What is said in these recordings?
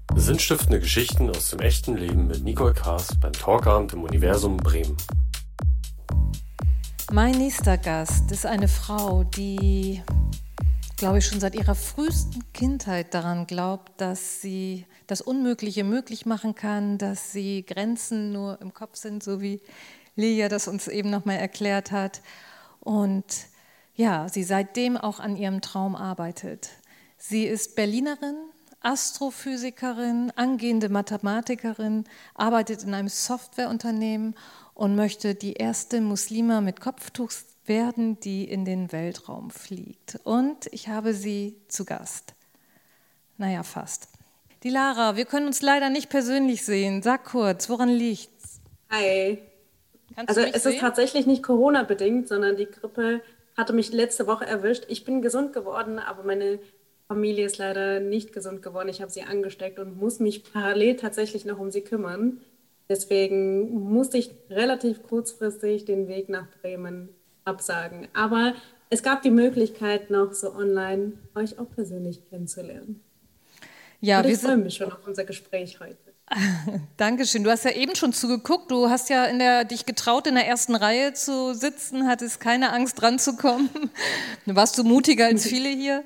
Sinnstiftende Geschichten aus dem echten Leben mit Nicole Kaas beim Talkabend im Universum Bremen. Mein nächster Gast ist eine Frau, die, glaube ich, schon seit ihrer frühesten Kindheit daran glaubt, dass sie das Unmögliche möglich machen kann, dass sie Grenzen nur im Kopf sind, so wie Lilia das uns eben nochmal erklärt hat. Und ja, sie seitdem auch an ihrem Traum arbeitet. Sie ist Berlinerin, Astrophysikerin, angehende Mathematikerin, arbeitet in einem Softwareunternehmen und möchte die erste Muslima mit Kopftuch werden, die in den Weltraum fliegt. Und ich habe sie zu Gast. Naja, fast. Die Lara, wir können uns leider nicht persönlich sehen. Sag kurz, woran liegt's? Hi. Kannst Also du mich es ist sehen? tatsächlich nicht Corona-bedingt, sondern die Grippe hatte mich letzte Woche erwischt. Ich bin gesund geworden, aber meine Familie ist leider nicht gesund geworden. Ich habe sie angesteckt und muss mich parallel tatsächlich noch um sie kümmern. Deswegen musste ich relativ kurzfristig den Weg nach Bremen absagen. Aber es gab die Möglichkeit, noch so online euch auch persönlich kennenzulernen. Und Ja, wir ich sind. freue mich schon auf unser Gespräch heute. Dankeschön. Du hast ja eben schon zugeguckt. Du hast ja dich getraut, in der ersten Reihe zu sitzen, hattest keine Angst, dran zu kommen. Du warst so mutiger als viele hier.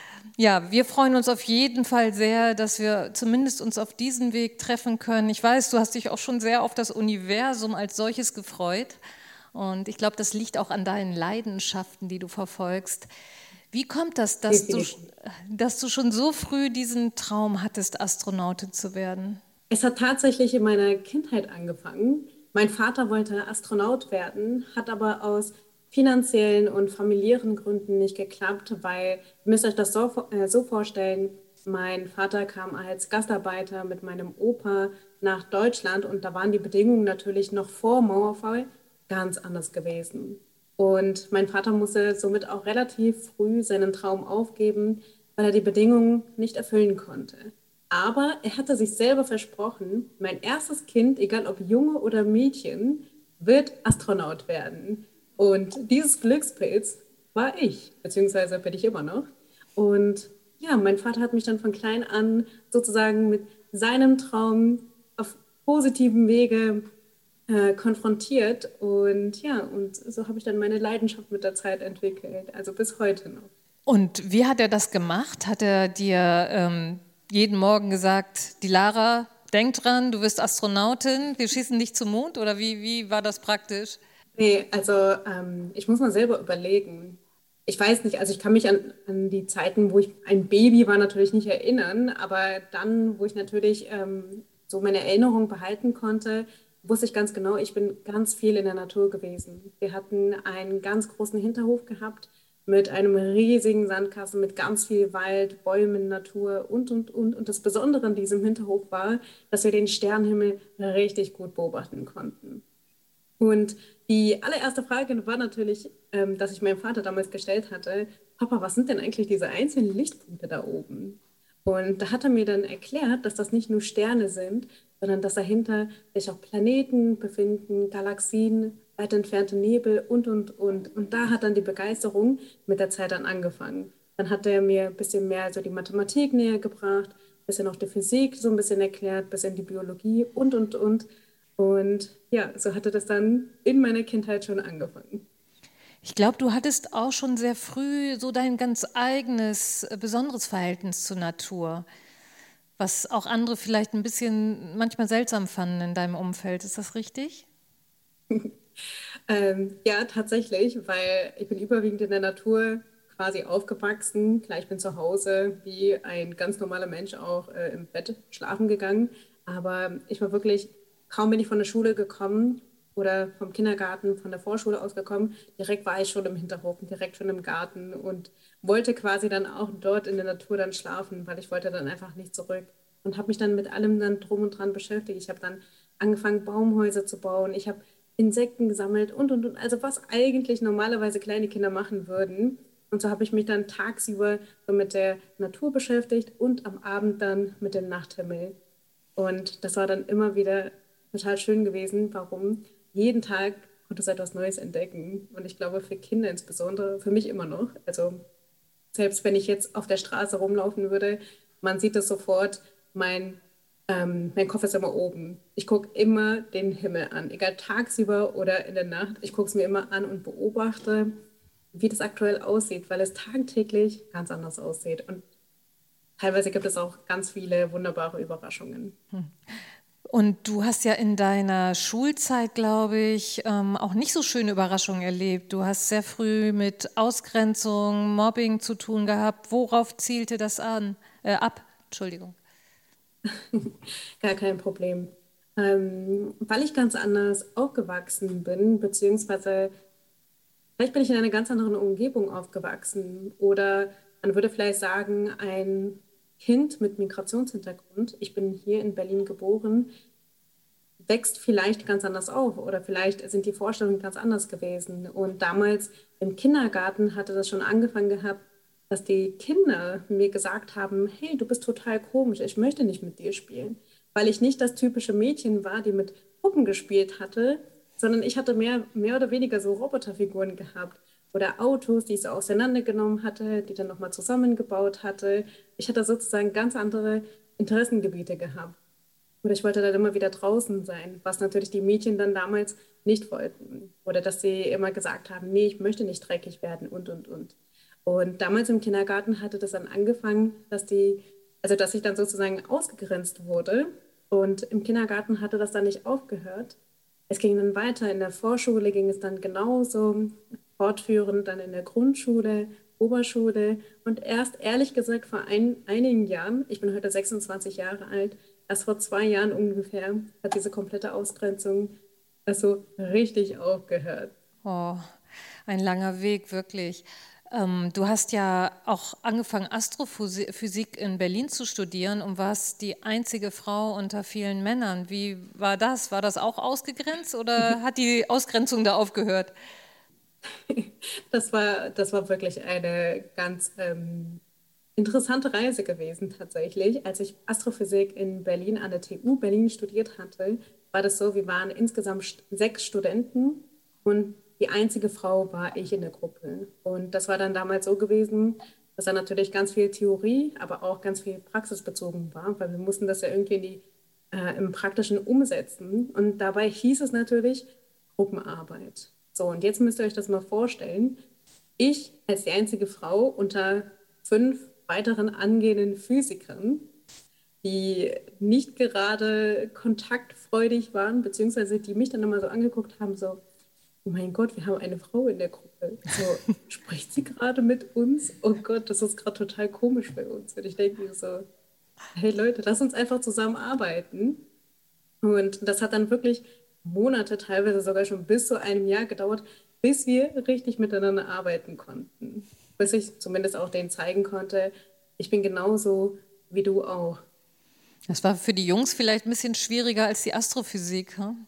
Ja, wir freuen uns auf jeden Fall sehr, dass wir zumindest uns auf diesen Weg treffen können. Ich weiß, du hast dich auch schon sehr auf das Universum als solches gefreut. Und ich glaube, das liegt auch an deinen Leidenschaften, die du verfolgst. Wie kommt das, Definitiv. dass du schon so früh diesen Traum hattest, Astronautin zu werden? Es hat tatsächlich in meiner Kindheit angefangen. Mein Vater wollte Astronaut werden, hat aber aus finanziellen und familiären Gründen nicht geklappt, weil, ihr müsst euch das so vorstellen, mein Vater kam als Gastarbeiter mit meinem Opa nach Deutschland und da waren die Bedingungen natürlich noch vor Mauerfall ganz anders gewesen. Und mein Vater musste somit auch relativ früh seinen Traum aufgeben, weil er die Bedingungen nicht erfüllen konnte. Aber er hatte sich selber versprochen, mein erstes Kind, egal ob Junge oder Mädchen, wird Astronaut werden. Und dieses Glückspilz war ich, beziehungsweise bin ich immer noch. Und ja, mein Vater hat mich dann von klein an sozusagen mit seinem Traum auf positivem Wege konfrontiert. Und ja, und so habe ich dann meine Leidenschaft mit der Zeit entwickelt, also bis heute noch. Und wie hat er das gemacht? Hat er dir jeden Morgen gesagt, die Lara, denk dran, du wirst Astronautin, wir schießen dich zum Mond? Oder wie war das praktisch? Nee, also ich muss mal selber überlegen. Ich weiß nicht, also ich kann mich an die Zeiten, wo ich ein Baby war, natürlich nicht erinnern, aber dann, wo ich natürlich so meine Erinnerung behalten konnte, wusste ich ganz genau, ich bin ganz viel in der Natur gewesen. Wir hatten einen ganz großen Hinterhof gehabt mit einem riesigen Sandkasten, mit ganz viel Wald, Bäumen, Natur und. Und das Besondere an diesem Hinterhof war, dass wir den Sternenhimmel richtig gut beobachten konnten. Und die allererste Frage war natürlich, dass ich meinem Vater damals gestellt hatte, Papa, was sind denn eigentlich diese einzelnen Lichtpunkte da oben? Und da hat er mir dann erklärt, dass das nicht nur Sterne sind, sondern dass dahinter sich auch Planeten befinden, Galaxien, weit entfernte Nebel und. Und da hat dann die Begeisterung mit der Zeit dann angefangen. Dann hat er mir ein bisschen mehr so die Mathematik näher gebracht, ein bisschen auch die Physik so ein bisschen erklärt, ein bisschen die Biologie und. Und ja, so hatte das dann in meiner Kindheit schon angefangen. Ich glaube, du hattest auch schon sehr früh so dein ganz eigenes, besonderes Verhältnis zur Natur, was auch andere vielleicht ein bisschen manchmal seltsam fanden in deinem Umfeld. Ist das richtig? Ja, tatsächlich, weil ich bin überwiegend in der Natur quasi aufgewachsen. Klar, ich bin zu Hause wie ein ganz normaler Mensch auch im Bett schlafen gegangen. Aber ich war wirklich, kaum bin ich von der Schule gekommen oder vom Kindergarten, von der Vorschule ausgekommen, direkt war ich schon im Hinterhof, direkt schon im Garten und wollte quasi dann auch dort in der Natur dann schlafen, weil ich wollte dann einfach nicht zurück und habe mich dann mit allem dann drum und dran beschäftigt. Ich habe dann angefangen, Baumhäuser zu bauen. Ich habe Insekten gesammelt und. Also was eigentlich normalerweise kleine Kinder machen würden. Und so habe ich mich dann tagsüber so mit der Natur beschäftigt und am Abend dann mit dem Nachthimmel. Und das war dann immer wieder total schön gewesen. Warum? Jeden Tag konnte du etwas Neues entdecken. Und ich glaube, für Kinder insbesondere, für mich immer noch. Also selbst wenn ich jetzt auf der Straße rumlaufen würde, man sieht es sofort, mein Mein Kopf ist immer oben. Ich gucke immer den Himmel an, egal tagsüber oder in der Nacht. Ich gucke es mir immer an und beobachte, wie das aktuell aussieht, weil es tagtäglich ganz anders aussieht. Und teilweise gibt es auch ganz viele wunderbare Überraschungen. Und du hast ja in deiner Schulzeit, glaube ich, auch nicht so schöne Überraschungen erlebt. Du hast sehr früh mit Ausgrenzung, Mobbing zu tun gehabt. Worauf zielte das ab? Entschuldigung. Gar kein Problem. Weil ich ganz anders aufgewachsen bin, beziehungsweise vielleicht bin ich in einer ganz anderen Umgebung aufgewachsen oder man würde vielleicht sagen, ein Kind mit Migrationshintergrund. Ich bin hier in Berlin geboren, wächst vielleicht ganz anders auf oder vielleicht sind die Vorstellungen ganz anders gewesen. Und damals im Kindergarten hatte das schon angefangen gehabt, dass die Kinder mir gesagt haben, hey, du bist total komisch, ich möchte nicht mit dir spielen, weil ich nicht das typische Mädchen war, die mit Puppen gespielt hatte, sondern ich hatte mehr oder weniger so Roboterfiguren gehabt oder Autos, die ich so auseinandergenommen hatte, die dann nochmal zusammengebaut hatte. Ich hatte sozusagen ganz andere Interessengebiete gehabt. Oder ich wollte dann immer wieder draußen sein, was natürlich die Mädchen dann damals nicht wollten. Oder dass sie immer gesagt haben, nee, ich möchte nicht dreckig werden und. Und damals im Kindergarten hatte das dann angefangen, also dass ich dann sozusagen ausgegrenzt wurde. Und im Kindergarten hatte das dann nicht aufgehört. Es ging dann weiter. In der Vorschule ging es dann genauso, fortführend dann in der Grundschule, Oberschule. Und erst ehrlich gesagt vor einigen Jahren, ich bin heute 26 Jahre alt, erst vor 2 Jahren ungefähr hat diese komplette Ausgrenzung also richtig aufgehört. Oh, ein langer Weg, wirklich. Du hast ja auch angefangen, Astrophysik in Berlin zu studieren und warst die einzige Frau unter vielen Männern. Wie war das? War das auch ausgegrenzt oder hat die Ausgrenzung da aufgehört? Das war wirklich eine ganz interessante Reise gewesen tatsächlich. Als ich Astrophysik in Berlin an der TU Berlin studiert hatte, war das so, wir waren insgesamt 6 Studenten und die einzige Frau war ich in der Gruppe. Und das war dann damals so gewesen, dass da natürlich ganz viel Theorie, aber auch ganz viel praxisbezogen war, weil wir mussten das ja irgendwie im Praktischen umsetzen. Und dabei hieß es natürlich Gruppenarbeit. So, und jetzt müsst ihr euch das mal vorstellen. Ich als die einzige Frau unter 5 weiteren angehenden Physikern, die nicht gerade kontaktfreudig waren, beziehungsweise die mich dann immer so angeguckt haben, so, oh mein Gott, wir haben eine Frau in der Gruppe. So, spricht sie gerade mit uns? Oh Gott, das ist gerade total komisch für uns. Und ich denke mir so, hey Leute, lass uns einfach zusammenarbeiten. Und das hat dann wirklich Monate, teilweise sogar schon bis zu einem Jahr gedauert, bis wir richtig miteinander arbeiten konnten. Bis ich zumindest auch denen zeigen konnte, ich bin genauso wie du auch. Das war für die Jungs vielleicht ein bisschen schwieriger als die Astrophysik. Hm?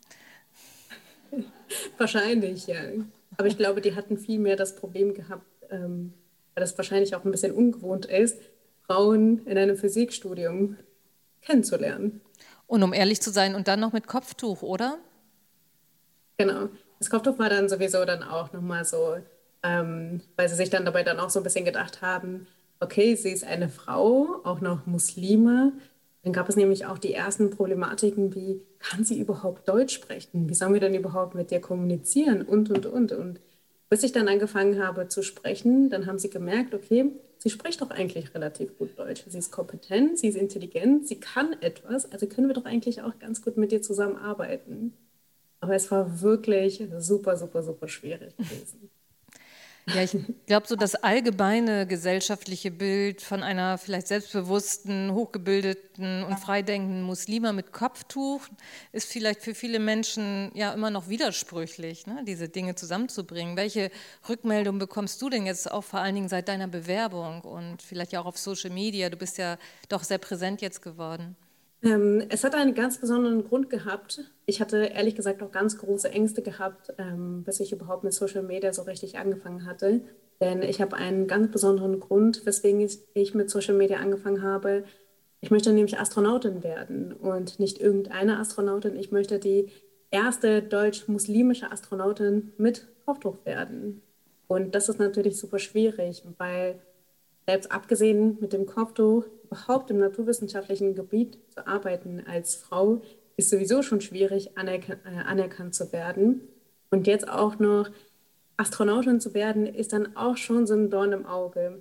Wahrscheinlich, ja. Aber ich glaube, die hatten viel mehr das Problem gehabt, weil das wahrscheinlich auch ein bisschen ungewohnt ist, Frauen in einem Physikstudium kennenzulernen. Und um ehrlich zu sein, und dann noch mit Kopftuch, oder? Genau. Das Kopftuch war dann sowieso dann auch nochmal so, weil sie sich dann dabei dann auch so ein bisschen gedacht haben, okay, sie ist eine Frau, auch noch Muslime. Dann gab es nämlich auch die ersten Problematiken wie, kann sie überhaupt Deutsch sprechen? Wie sollen wir denn überhaupt mit dir kommunizieren? Und. Bis ich dann angefangen habe zu sprechen, dann haben sie gemerkt, okay, sie spricht doch eigentlich relativ gut Deutsch. Sie ist kompetent, sie ist intelligent, sie kann etwas, also können wir doch eigentlich auch ganz gut mit dir zusammenarbeiten. Aber es war wirklich super, super, super schwierig gewesen. Ja, ich glaube, so das allgemeine gesellschaftliche Bild von einer vielleicht selbstbewussten, hochgebildeten und freidenkenden Muslima mit Kopftuch ist vielleicht für viele Menschen ja immer noch widersprüchlich, ne, diese Dinge zusammenzubringen. Welche Rückmeldung bekommst du denn jetzt auch vor allen Dingen seit deiner Bewerbung und vielleicht ja auch auf Social Media? Du bist ja doch sehr präsent jetzt geworden. Es hat einen ganz besonderen Grund gehabt. Ich hatte ehrlich gesagt auch ganz große Ängste gehabt, bis ich überhaupt mit Social Media so richtig angefangen hatte. Denn ich habe einen ganz besonderen Grund, weswegen ich mit Social Media angefangen habe. Ich möchte nämlich Astronautin werden und nicht irgendeine Astronautin. Ich möchte die erste deutsch-muslimische Astronautin mit Kopftuch werden. Und das ist natürlich super schwierig, weil selbst abgesehen mit dem Kopftuch überhaupt im naturwissenschaftlichen Gebiet zu arbeiten als Frau ist sowieso schon schwierig, anerkannt zu werden. Und jetzt auch noch Astronautin zu werden, ist dann auch schon so ein Dorn im Auge.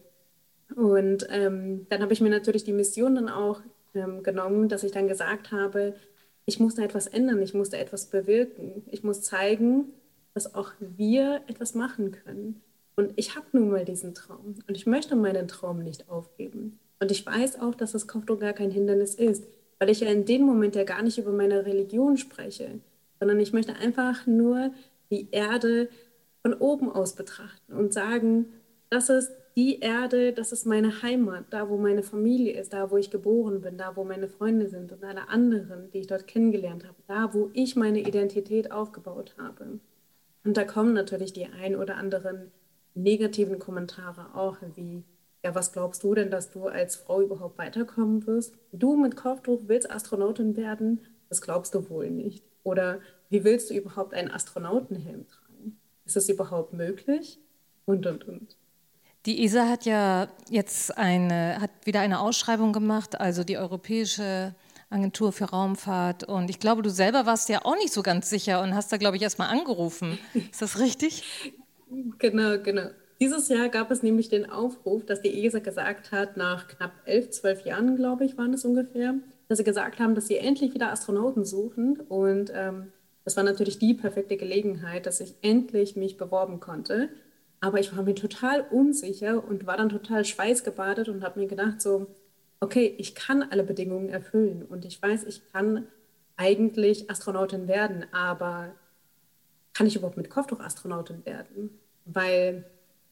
Und dann habe ich mir natürlich die Mission dann auch genommen, dass ich dann gesagt habe, ich muss da etwas ändern, ich muss da etwas bewirken. Ich muss zeigen, dass auch wir etwas machen können. Und ich habe nun mal diesen Traum und ich möchte meinen Traum nicht aufgeben. Und ich weiß auch, dass das Kopftuch gar kein Hindernis ist, weil ich ja in dem Moment ja gar nicht über meine Religion spreche, sondern ich möchte einfach nur die Erde von oben aus betrachten und sagen, das ist die Erde, das ist meine Heimat, da wo meine Familie ist, da wo ich geboren bin, da wo meine Freunde sind und alle anderen, die ich dort kennengelernt habe, da wo ich meine Identität aufgebaut habe. Und da kommen natürlich die ein oder anderen negativen Kommentare auch, wie, ja, was glaubst du denn, dass du als Frau überhaupt weiterkommen wirst? Du mit Kopftuch willst Astronautin werden? Das glaubst du wohl nicht. Oder wie willst du überhaupt einen Astronautenhelm tragen? Ist das überhaupt möglich? Und. Die ESA hat ja jetzt hat wieder eine Ausschreibung gemacht, also die Europäische Agentur für Raumfahrt. Und ich glaube, du selber warst ja auch nicht so ganz sicher und hast da, glaube ich, erst mal angerufen. Ist das richtig? Genau, genau. Dieses Jahr gab es nämlich den Aufruf, dass die ESA gesagt hat, nach knapp 11, 12 Jahren, glaube ich, waren es ungefähr, dass sie gesagt haben, dass sie endlich wieder Astronauten suchen. Und das war natürlich die perfekte Gelegenheit, dass ich endlich mich beworben konnte. Aber ich war mir total unsicher und war dann total schweißgebadet und habe mir gedacht, so, okay, ich kann alle Bedingungen erfüllen und ich weiß, ich kann eigentlich Astronautin werden, aber kann ich überhaupt mit Kopftuch Astronautin werden? Weil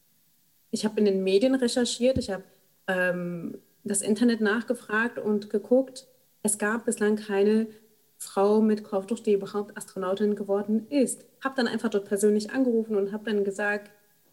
ich habe in den Medien recherchiert, ich habe das Internet nachgefragt und geguckt. Es gab bislang keine Frau mit Kopftuch, die überhaupt Astronautin geworden ist. Habe dann einfach dort persönlich angerufen und habe dann gesagt,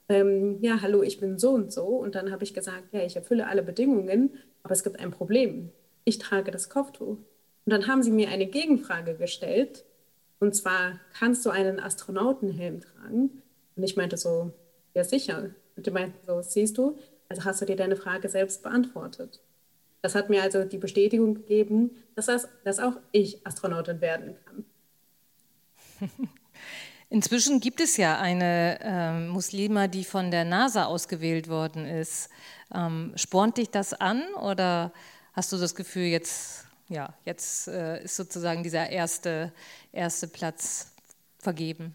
ja, hallo, ich bin so und so. Und dann habe ich gesagt, ja, ich erfülle alle Bedingungen, aber es gibt ein Problem. Ich trage das Kopftuch. Und dann haben sie mir eine Gegenfrage gestellt. Und zwar, kannst du einen Astronautenhelm tragen? Und ich meinte so, ja, sicher. Und die meinten so, siehst du, also hast du dir deine Frage selbst beantwortet. Das hat mir also die Bestätigung gegeben, dass auch ich Astronautin werden kann. Inzwischen gibt es ja eine Muslima, die von der NASA ausgewählt worden ist. Spornt dich das an oder hast du das Gefühl, jetzt ist sozusagen dieser erste Platz vergeben?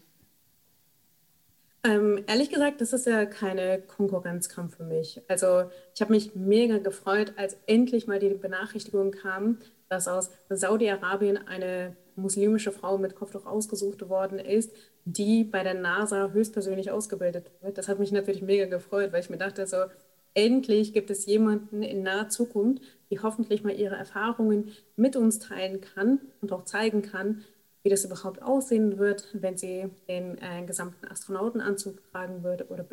Ehrlich gesagt, das ist ja keine Konkurrenzkampf für mich. Also ich habe mich mega gefreut, als endlich mal die Benachrichtigung kam, dass aus Saudi-Arabien eine muslimische Frau mit Kopftuch ausgesucht worden ist, die bei der NASA höchstpersönlich ausgebildet wird. Das hat mich natürlich mega gefreut, weil ich mir dachte, so endlich gibt es jemanden in naher Zukunft, die hoffentlich mal ihre Erfahrungen mit uns teilen kann und auch zeigen kann, wie das überhaupt aussehen wird, wenn sie den gesamten Astronautenanzug tragen würde oder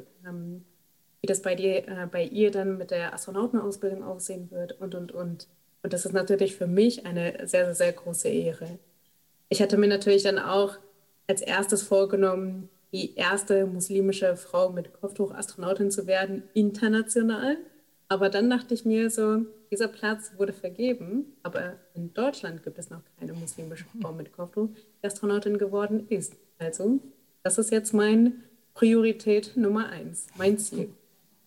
wie das bei ihr dann mit der Astronautenausbildung aussehen wird und. Und das ist natürlich für mich eine sehr, sehr, sehr große Ehre. Ich hatte mir natürlich dann auch als erstes vorgenommen, die erste muslimische Frau mit Kopftuch Astronautin zu werden, international. Aber dann dachte ich mir so, dieser Platz wurde vergeben, aber in Deutschland gibt es noch keine muslimische Frau mit Kopftuch, die Astronautin geworden ist. Also, das ist jetzt meine Priorität Nummer 1, mein Ziel.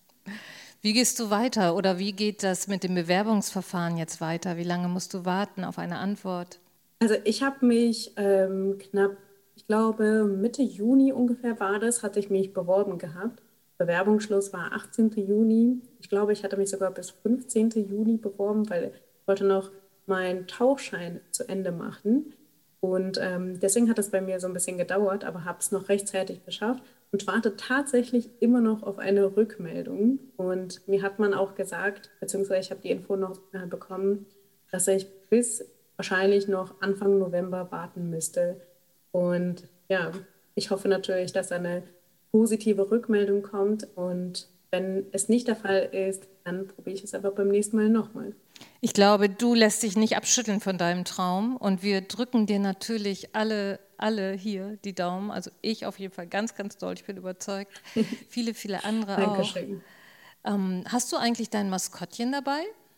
Wie gehst du weiter oder wie geht das mit dem Bewerbungsverfahren jetzt weiter? Wie lange musst du warten auf eine Antwort? Also ich habe mich knapp, ich glaube Mitte Juni ungefähr war das, hatte ich mich beworben gehabt. Bewerbungsschluss war 18. Juni. Ich glaube, ich hatte mich sogar bis 15. Juni beworben, weil ich wollte noch meinen Tauchschein zu Ende machen. Und deswegen hat es bei mir so ein bisschen gedauert, aber habe es noch rechtzeitig geschafft und warte tatsächlich immer noch auf eine Rückmeldung. Und mir hat man auch gesagt, beziehungsweise ich habe die Info noch bekommen, dass ich bis wahrscheinlich noch Anfang November warten müsste. Und ja, ich hoffe natürlich, dass eine positive Rückmeldung kommt. Und wenn es nicht der Fall ist, dann probiere ich es einfach beim nächsten Mal nochmal. Ich glaube, du lässt dich nicht abschütteln von deinem Traum und wir drücken dir natürlich alle hier die Daumen. Also ich auf jeden Fall ganz, ganz doll, ich bin überzeugt. Viele, viele andere auch. Dankeschön. Hast du eigentlich dein Maskottchen dabei?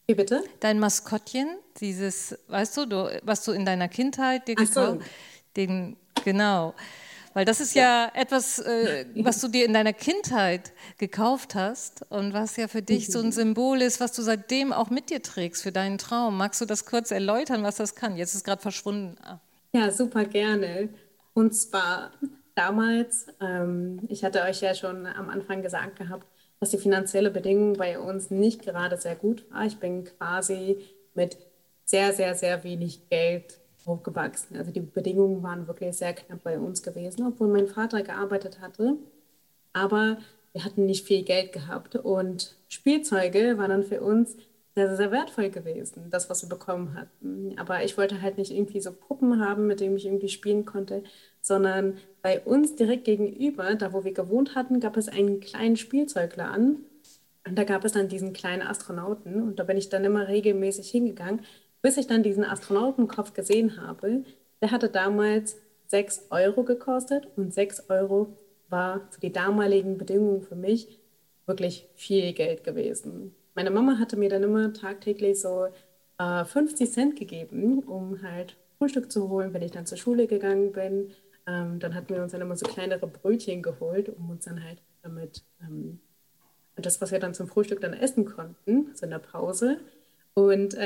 Wie bitte? Dein Maskottchen, dieses, weißt du, was du in deiner Kindheit dir gekauft hast, genau. Weil das ist ja etwas, was du dir in deiner Kindheit gekauft hast und was ja für dich so ein Symbol ist, was du seitdem auch mit dir trägst für deinen Traum. Magst du das kurz erläutern, was das kann? Jetzt ist es gerade verschwunden. Ja, super gerne. Und zwar damals, ich hatte euch ja schon am Anfang gesagt gehabt, dass die finanzielle Bedingung bei uns nicht gerade sehr gut war. Ich bin quasi mit sehr, sehr, sehr wenig Geld aufgewachsen. Also die Bedingungen waren wirklich sehr knapp bei uns gewesen, obwohl mein Vater gearbeitet hatte. Aber wir hatten nicht viel Geld gehabt und Spielzeuge waren dann für uns sehr, sehr, sehr wertvoll gewesen, das, was wir bekommen hatten. Aber ich wollte halt nicht irgendwie so Puppen haben, mit denen ich irgendwie spielen konnte, sondern bei uns direkt gegenüber, da wo wir gewohnt hatten, gab es einen kleinen Spielzeugladen. Und da gab es dann diesen kleinen Astronauten und da bin ich dann immer regelmäßig hingegangen, bis ich dann diesen Astronautenkopf gesehen habe. Der hatte damals 6 € gekostet und 6 € war für die damaligen Bedingungen für mich wirklich viel Geld gewesen. Meine Mama hatte mir dann immer tagtäglich so 50 Cent gegeben, um halt Frühstück zu holen, wenn ich dann zur Schule gegangen bin. Dann hatten wir uns dann immer so kleinere Brötchen geholt, um uns dann halt damit das, was wir dann zum Frühstück dann essen konnten, so in der Pause. Und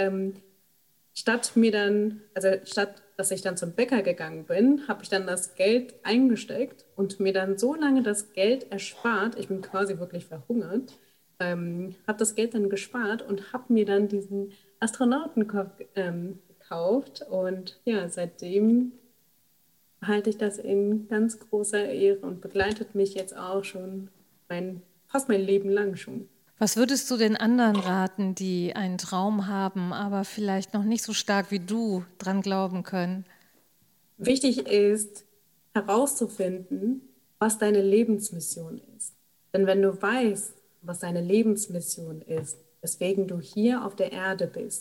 statt dass ich dann zum Bäcker gegangen bin, habe ich dann das Geld eingesteckt und mir dann so lange das Geld erspart, ich bin quasi wirklich verhungert, habe das Geld dann gespart und habe mir dann diesen Astronautenkopf gekauft. Und ja, seitdem halte ich das in ganz großer Ehre und begleitet mich jetzt auch schon fast mein Leben lang schon. Was würdest du den anderen raten, die einen Traum haben, aber vielleicht noch nicht so stark wie du dran glauben können? Wichtig ist herauszufinden, was deine Lebensmission ist. Denn wenn du weißt, was deine Lebensmission ist, weswegen du hier auf der Erde bist,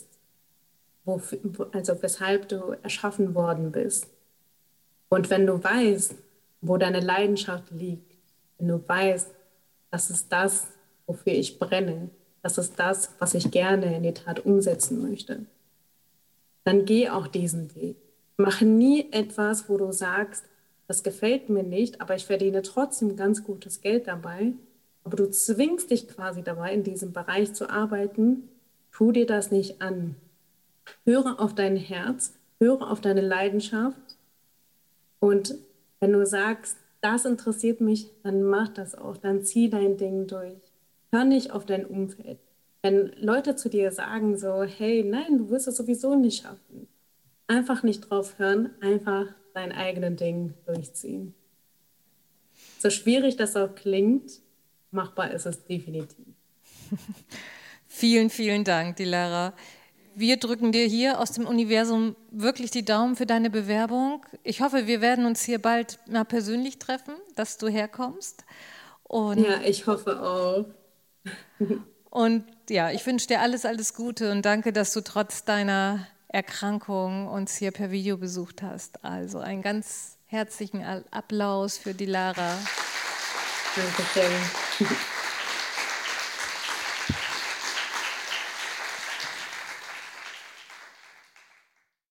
also weshalb du erschaffen worden bist, und wenn du weißt, wo deine Leidenschaft liegt, wenn du weißt, das ist das, wofür ich brenne, das ist das, was ich gerne in die Tat umsetzen möchte, dann geh auch diesen Weg. Mach nie etwas, wo du sagst, das gefällt mir nicht, aber ich verdiene trotzdem ganz gutes Geld dabei. Aber du zwingst dich quasi dabei, in diesem Bereich zu arbeiten. Tu dir das nicht an. Höre auf dein Herz, höre auf deine Leidenschaft. Und wenn du sagst, das interessiert mich, dann mach das auch, dann zieh dein Ding durch. Hör nicht auf dein Umfeld. Wenn Leute zu dir sagen so, hey, nein, du wirst es sowieso nicht schaffen. Einfach nicht drauf hören, einfach dein eigenes Ding durchziehen. So schwierig das auch klingt, machbar ist es definitiv. Vielen, vielen Dank, Dilara. Wir drücken dir hier aus dem Universum wirklich die Daumen für deine Bewerbung. Ich hoffe, wir werden uns hier bald mal persönlich treffen, dass du herkommst. Und ja, ich hoffe auch. Und ja, ich wünsche dir alles, alles Gute und danke, dass du trotz deiner Erkrankung uns hier per Video besucht hast. Also einen ganz herzlichen Applaus für Dilara. Dankeschön.